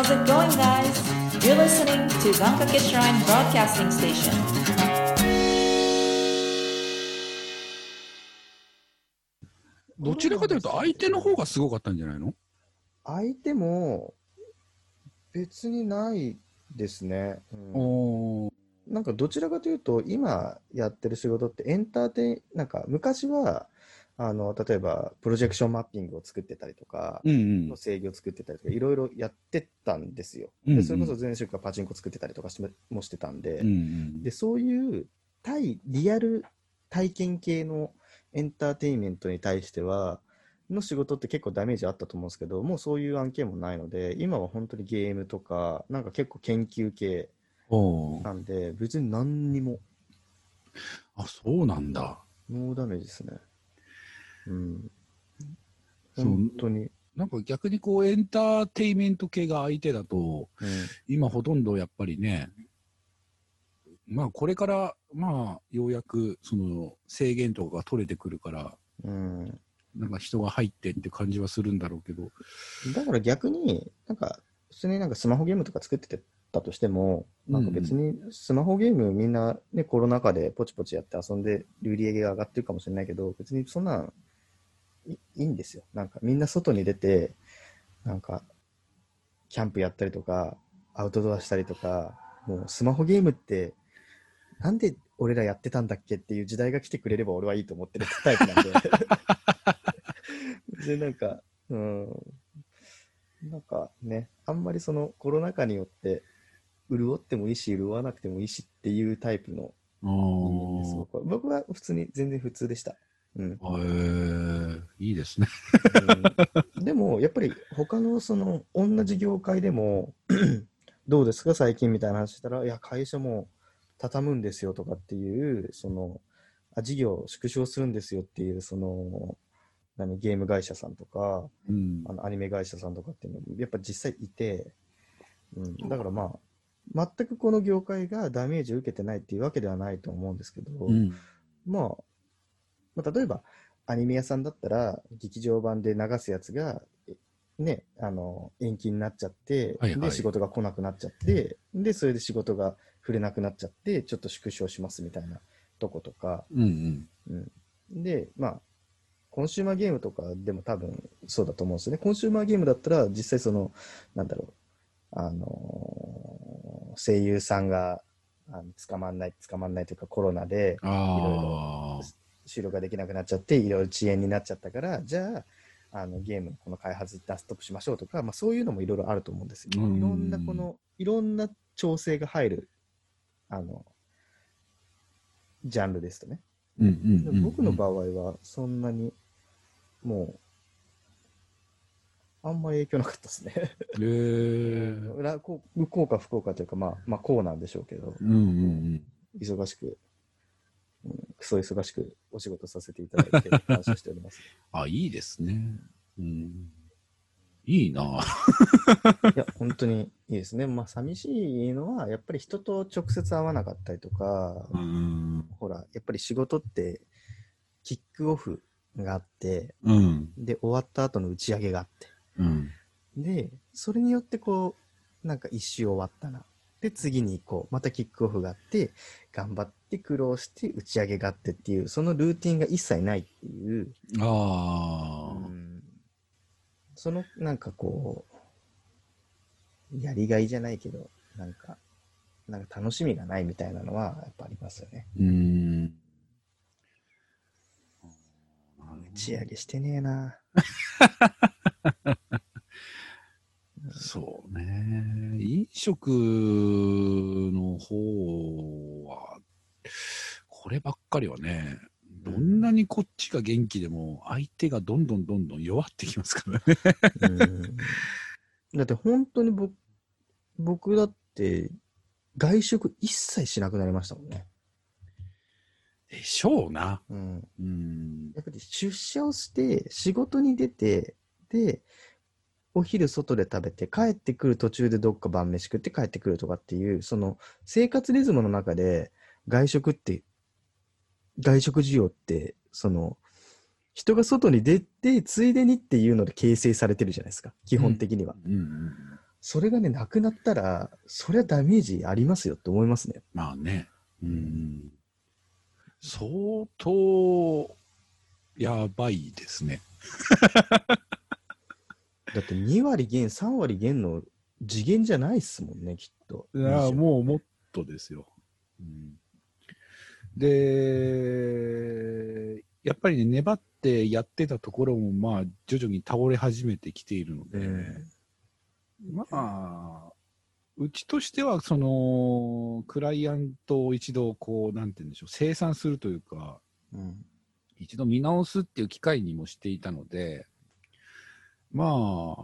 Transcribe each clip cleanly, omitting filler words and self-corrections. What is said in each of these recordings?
How's it going, guys? You're listening to Gankake Shrine Broadcasting Station. どちらかというと相手の方がすごかったんじゃないの？ 相手も別にないですね。なんかどちらかというと今やってる仕事ってエンターテイなんか昔は例えばプロジェクションマッピングを作ってたりとか、の制御を作ってたりとかいろいろやってたんですよ。でそれこそ前職がパチンコ作ってたりとかもしてたんで、でそういう対リアル体験系のエンターテインメントに対してはの仕事って結構ダメージあったと思うんですけど、もうそういう案件もないので、今は本当にゲームとかなんか結構研究系なんで別に何にも。 あ、そうなんだ。 ノーダメージですね。本当に。 なんか逆にこうエンターテイメント系が相手だと、今ほとんどやっぱりね、まあこれからまあようやくその制限とかが取れてくるから、なんか人が入ってって感じはするんだろうけど。 だから逆になんか普通になんかスマホゲームとか作ってたとしても、なんか別にスマホゲームみんなねコロナ禍でポチポチやって遊んで売り上げが上がってるかもしれないけど、別にそんなんいいんですよ。なんかみんな外に出てなんかキャンプやったりとかアウトドアしたりとか、もうスマホゲームってなんで俺らやってたんだっけっていう時代が来てくれれば俺はいいと思ってるタイプなんででなんかなんかね、あんまりそのコロナ禍によって潤ってもいいし潤わなくてもいいしっていうタイプの人間です。僕は普通に全然普通でした。 いいですね。 でもやっぱり他のその同じ業界でもどうですか最近みたいな話したら、いや会社も畳むんですよとかっていうその事業を縮小するんですよっていうそのゲーム会社さんとか、アニメ会社さんとかっていうのもやっぱ実際いて、だからまあ全くこの業界がダメージを受けてないっていうわけではないと思うんですけど、まあ例えばアニメ屋さんだったら劇場版で流すやつがね延期になっちゃって、で仕事が来なくなっちゃって、でそれで仕事が触れなくなっちゃってちょっと縮小しますみたいなとことか、でまあコンシューマーゲームとかでも多分そうだと思うんですよね。コンシューマーゲームだったら実際そのなんだろう声優さんが捕まんないというかコロナでいろいろ収録ができなくなっちゃっていろいろ遅延になっちゃったから、じゃあゲームのこの開発一旦ストップしましょうとか、まあ、そういうのもいろいろあると思うんですよ。いろんな調整が入るジャンルですとね。僕の場合はそんなにもうあんまり影響なかったですね。こうか不幸かというか、まあこうなんでしょうけど、忙しく、クソ忙しくお仕事させていただいて感謝しております。 あ、いいですね。いいな。 いや本当にいいですね。まあ寂しいのはやっぱり人と直接会わなかったりとか、ほらやっぱり仕事ってキックオフがあって、で終わった後の打ち上げがあって、でそれによってこうなんか一周終わったな、で次にこうまたキックオフがあって頑張って苦労して打ち上げがあってっていう、そのルーティンが一切ないっていう、そのなんかこうやりがいじゃないけどなんか楽しみがないみたいなのはやっぱありますよね。打ち上げしてねえな。 そうね。飲食の方は、こればっかりはね、どんなにこっちが元気でも、相手がどんどん弱ってきますからね。 だって本当に僕だって外食一切しなくなりましたもんね。 でしょうな。 やっぱり出社をして仕事に出て、でお昼外で食べて帰ってくる途中でどっか晩飯食って帰ってくるとかっていうその生活リズムの中で外食需要ってその人が外に出てついでにっていうので形成されてるじゃないですか、基本的には。 それがね、なくなったら、そりゃダメージありますよって思いますね。 まあね。相当、やばいですね。 だって2割減、3割減の次元じゃないっすもんね、きっと。 いや、もうもっとですよ。で、やっぱりね、粘ってやってたところも、まあ、徐々に倒れ始めてきているので、まあ、うちとしては、クライアントを一度、こう、なんて言うんでしょう、清算するというか、一度見直すっていう機会にもしていたので、まあ、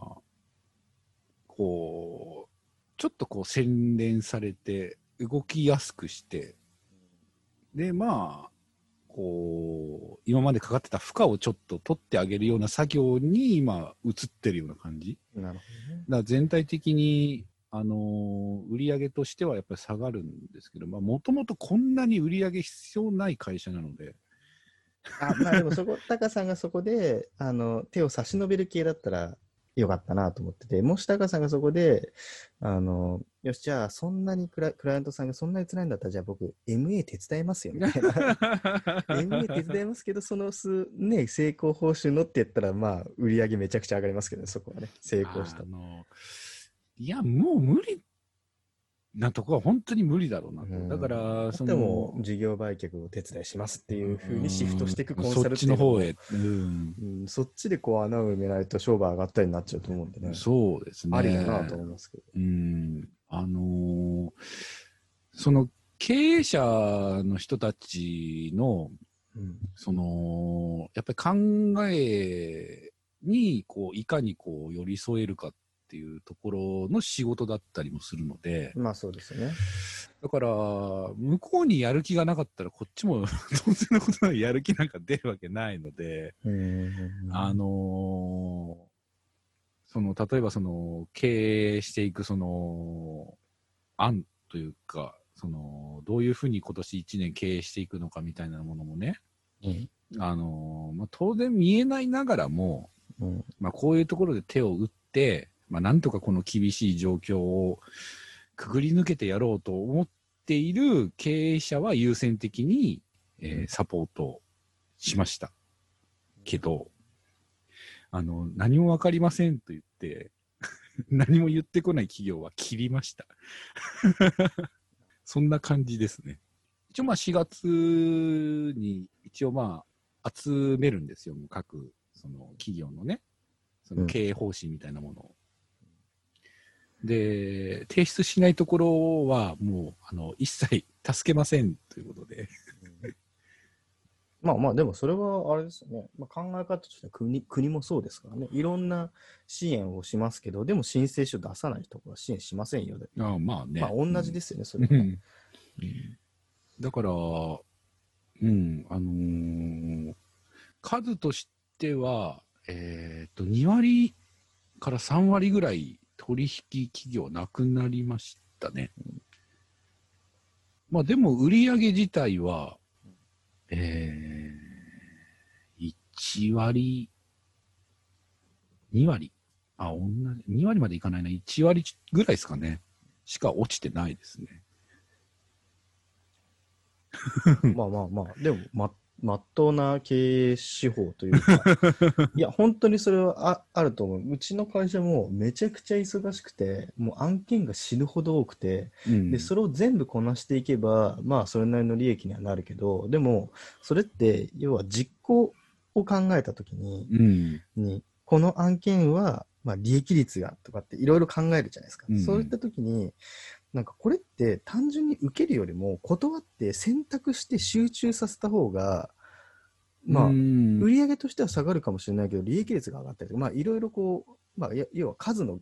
こう、ちょっとこう洗練されて、動きやすくして、で、まあ、こう、今までかかってた負荷をちょっと取ってあげるような作業に今、移ってるような感じ。 なるほどね。 だから全体的に、売り上げとしてはやっぱり下がるんですけど、まあ、もともとこんなに売り上げ必要ない会社なので。 まあでもタカさんがそこで、手を差し伸べる系だったらよかったなと思ってて、もしタカさんがそこで、よし、じゃあそんなにクライアントさんがそんなに辛いんだったら、じゃあ僕 MA 手伝いますよみたいな。MA 手伝いますけど、成功報酬のって言ったら、まあ、売り上げめちゃくちゃ上がりますけどね、そこはね、成功した。 いや、もう無理なとこは本当に無理だろうなと。だから、 でも、事業売却をお手伝いしますっていうふうにシフトしていくコンサルっていうのも、 そっちの方へ。 そっちでこう穴を埋めないと商売上がったりになっちゃうと思うんでね。 そうですね。 ありだなと思いますけど。 その経営者の人たちの、やっぱり考えに、こう、いかにこう、寄り添えるかっていうところの仕事だったりもするので。 まあそうですね。 だから、向こうにやる気がなかったら、こっちも当然のことなくやる気なんか出るわけないので、例えば経営していく案というか、どういうふうに今年1年経営していくのかみたいなものもね、当然見えないながらも、こういうところで手を打って、なんとかこの厳しい状況をくぐり抜けてやろうと思っている経営者は優先的に、サポートしました。けど、何もわかりませんと言って、何も言ってこない企業は切りました。そんな感じですね。一応4月に集めるんですよ。各企業のね、経営方針みたいなものを。で、提出しないところはもう一切助けませんということで。 まあでもそれはあれですよね。考え方としては国もそうですからね。いろんな支援をしますけど、でも申請書出さないところは支援しませんよね。 まあね。 同じですよね、それは。 だから、数としては、2割から3割ぐらい取引企業なくなりましたね。でも売上自体は、1割、2割、同じ、2割までいかないな、1割ぐらいですかね。しか落ちてないですね。 でも、まっとうな経営手法というか、いや、本当にそれはあると思う。うちの会社もめちゃくちゃ忙しくて、もう案件が死ぬほど多くて、で、それを全部こなしていけば、それなりの利益にはなるけど、でも、それって、要は実行を考えたときに、この案件は、利益率がとかっていろいろ考えるじゃないですか。そういったときに、これって単純に受けるよりも断って選択して集中させた方が、売上としては下がるかもしれないけど、利益率が上がったりとか、いろいろこう、要は数の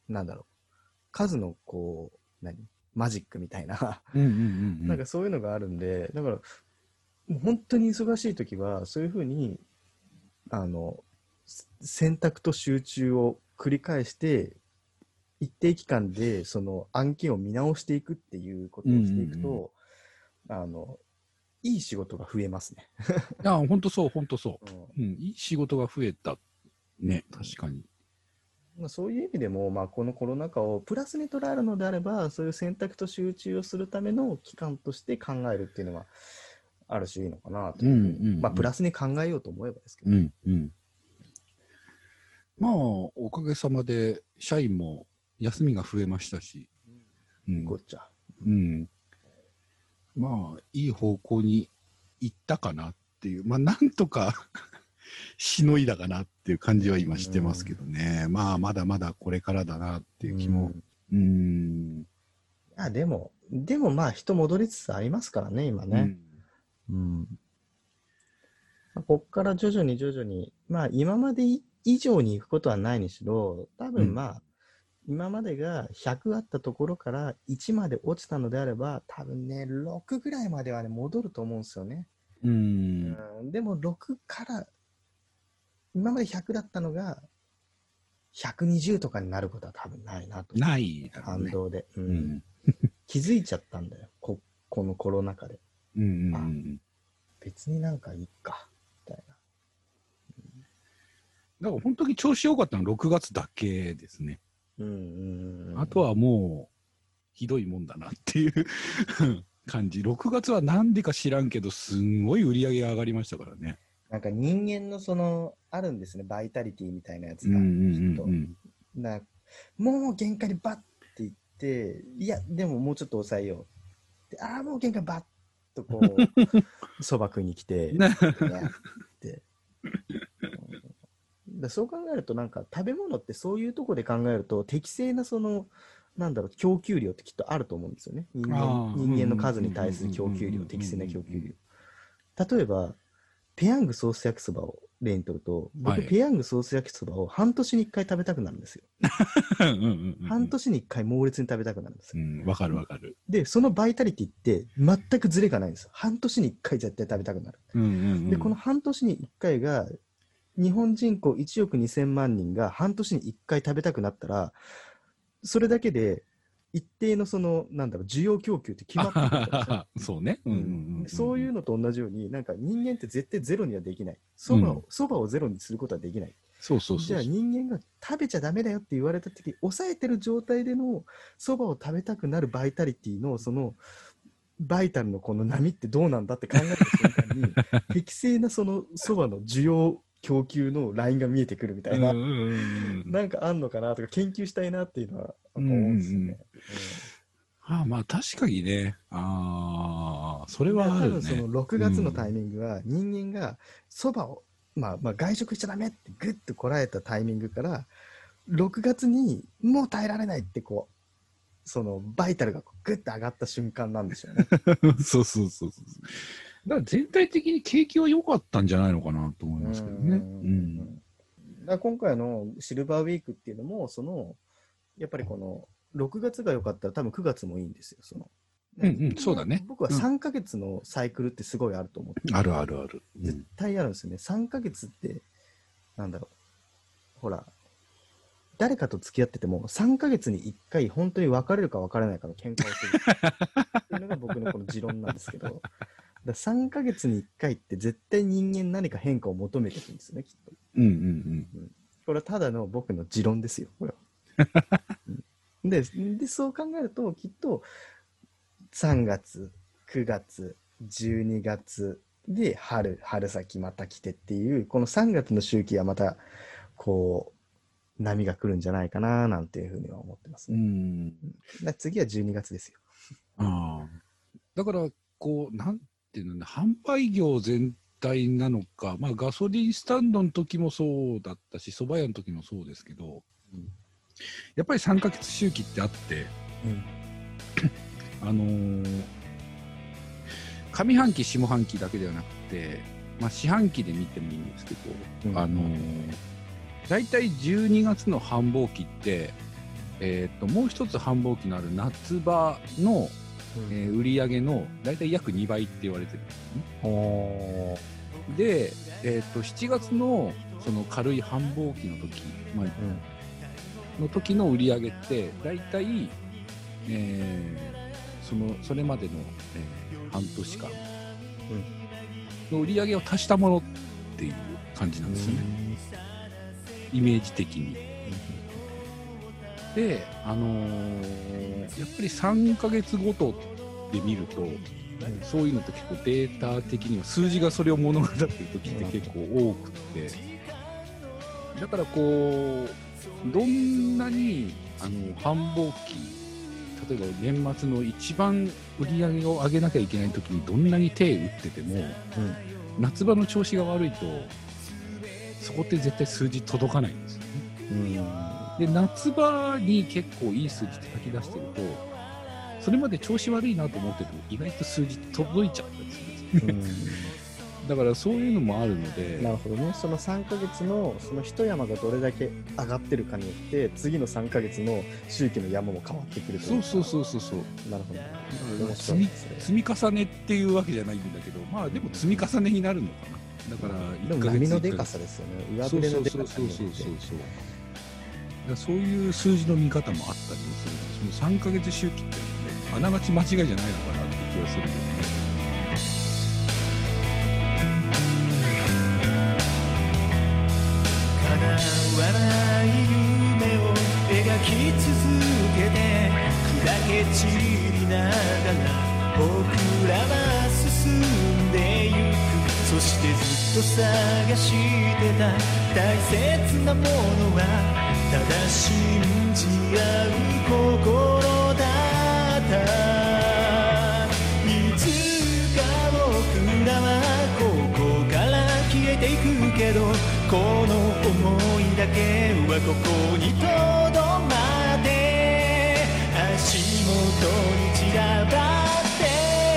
こう、マジックみたいな、そういうのがあるんで、だから、本当に忙しい時は、そういうふうに、選択と集中を繰り返して、一定期間でその案件を見直していくっていうことをしていくと、いい仕事が増えますね。 いや、本当そう。いい仕事が増えた。ね、確かに。 まあ、そういう意味でも、まあ、このコロナ禍をプラスに捉えるのであれば、そういう選択と集中をするための期間として考えるっていうのは、ある種いいのかなというふうに、まあ、プラスに考えようと思えばですけど。 まあ、おかげさまで、社員も休みが増えましたし、 こっちゃ。 まあ、いい方向に行ったかなっていう、まあ、なんとかしのいだかなっていう感じは今してますけどね。まあ、まだまだこれからだなっていう気も。 でもまあ、人戻りつつありますからね、今ね。こっから徐々に、まあ、今まで以上に行くことはないにしろ、多分まあ、今までが100あったところから1まで落ちたのであれば、多分ね、6ぐらいまではね、戻ると思うんですよね。でも6から、今まで100だったのが、120とかになることは多分ないなと。 ないだろうね。 反動で。気づいちゃったんだよ。このコロナ禍で。別になんかいいか。みたいな。 だから本当に調子良かったのは6月だけですね。あとはもう、ひどいもんだなっていう感じ。6月はなんでか知らんけど、すんごい売り上げが上がりましたからね。 なんか人間のあるんですね、バイタリティみたいなやつが。きっと。もう限界にバッていって、いや、でももうちょっと抑えよう。で、もう限界バッとこう、そば食いに来て、ってそう考えると、なんか食べ物ってそういうとこで考えると、適正な供給量ってきっとあると思うんですよね。人間の数に対する供給量、適正な供給量。例えば、ペヤングソース焼きそばを例にとると、僕、ペヤングソース焼きそばを半年に1回食べたくなるんですよ。半年に1回猛烈に食べたくなるんですよ。 わかるわかる。 で、そのバイタリティって全くズレがないんですよ。半年に1回絶対食べたくなる。で、この半年に1回が、日本人口1億2000万人が半年に1回食べたくなったら、それだけで一定の需要供給って決まってくるんですよ。 そうね。 そういうのと同じように、なんか人間って絶対ゼロにはできない。そばをゼロにすることはできない。じゃあ人間が食べちゃダメだよって言われた時、抑えてる状態でのそばを食べたくなるバイタリティのバイタルのこの波ってどうなんだって考えた瞬間に、適正なそばの需要供給のラインが見えてくるみたいな、なんかあんのかなとか研究したいなっていうのは思うんですよね。 まあ確かにね。それはあるね。 多分その6月のタイミングは人間がそばを、まあ外食しちゃダメってグッとこらえたタイミングから、6月にもう耐えられないってバイタルがグッと上がった瞬間なんでしょうね。 そう。だから全体的に景気は良かったんじゃないのかなと思いますけどね。 だから今回のシルバーウィークっていうのも、やっぱりこの6月が良かったら多分9月もいいんですよ。 そうだね。 僕は3ヶ月のサイクルってすごいあると思って。 ある。 絶対あるんですよね。3ヶ月って、ほら、誰かと付き合ってても3ヶ月に1回本当に別れるか別れないかの喧嘩をするっていうのが僕のこの持論なんですけど、3ヶ月に1回って絶対人間何か変化を求めてるんですよね、きっと。これはただの僕の持論ですよ、これは。で、そう考えると、きっと3月、9月、12月で春先また来てっていう、この3月の周期はまた、波が来るんじゃないかななんていうふうには思ってますね。次は12月ですよ。 だから、なんていうのね、販売業全体なのか、まあガソリンスタンドの時もそうだったし、蕎麦屋の時もそうですけど、やっぱり3ヶ月周期ってあって、上半期、下半期だけではなくて、まあ四半期で見てもいいんですけど、だいたい12月の繁忙期って、もう一つ繁忙期のある夏場の、売り上げのだいたい約2倍って言われてるんですね。で、7月のその軽い繁忙期の時、の時の売り上げってだいたいそれまでの、半年間の売り上げを足したものっていう感じなんですよね。イメージ的に。 で、やっぱり3ヶ月ごとで見ると、そういうのって結構データ的には数字がそれを物語ってる時って結構多くて、だからこうどんなに繁忙期、例えば年末の一番売り上げを上げなきゃいけない時にどんなに手打ってても、夏場の調子が悪いとそこって絶対数字届かないんですよね。で夏場に結構いい数字叩き出してると、それまで調子悪いなと思ってても意外と数字届いちゃったりするんですね。だからそういうのもあるので。 なるほどね。その3ヶ月のその一山がどれだけ上がってるかによって次の3ヶ月の周期の山も変わってくるというか。 そう。 なるほど。 積み重ねっていうわけじゃないんだけど、まあでも積み重ねになるのかな。だからでも波のでかさですよね。上振れのでかさによって。 そういう数字の見方もあったりする。その3ヶ月周期っていうのはね、あながち間違いじゃないのかなって気がするけどね。 叶わない夢を描き続けて砕け散りながら僕らは進んでゆく。そしてずっと探してた大切なものはただ信じ合う心だった。いつか僕らはここから消えていくけど、この想いだけはここにとどまって足元に散らばって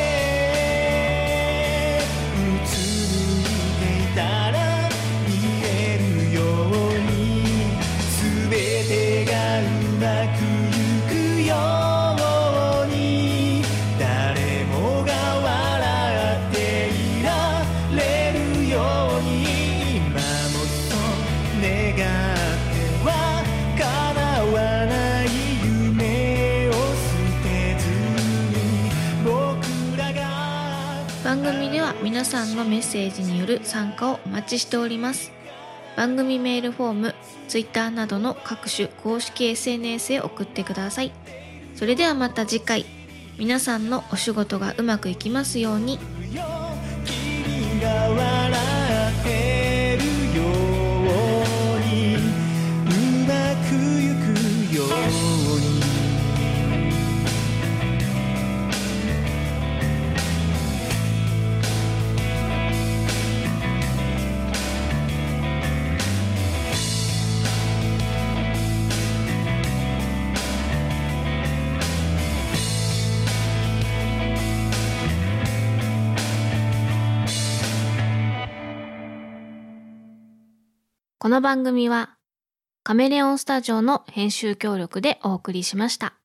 うつむいていたら見えるように全てがうまくいくように、誰もが笑っていられるように、今もそう願っては叶わない夢を捨てずに僕らが。 番組では皆さんのメッセージによる参加をお待ちしております。番組メールフォーム、ツイッターなどの各種公式 SNS へ送ってください。それではまた次回、皆さんのお仕事がうまくいきますように。 君が笑ってるようにうまくいくように。 この番組はカメレオンスタジオの編集協力でお送りしました。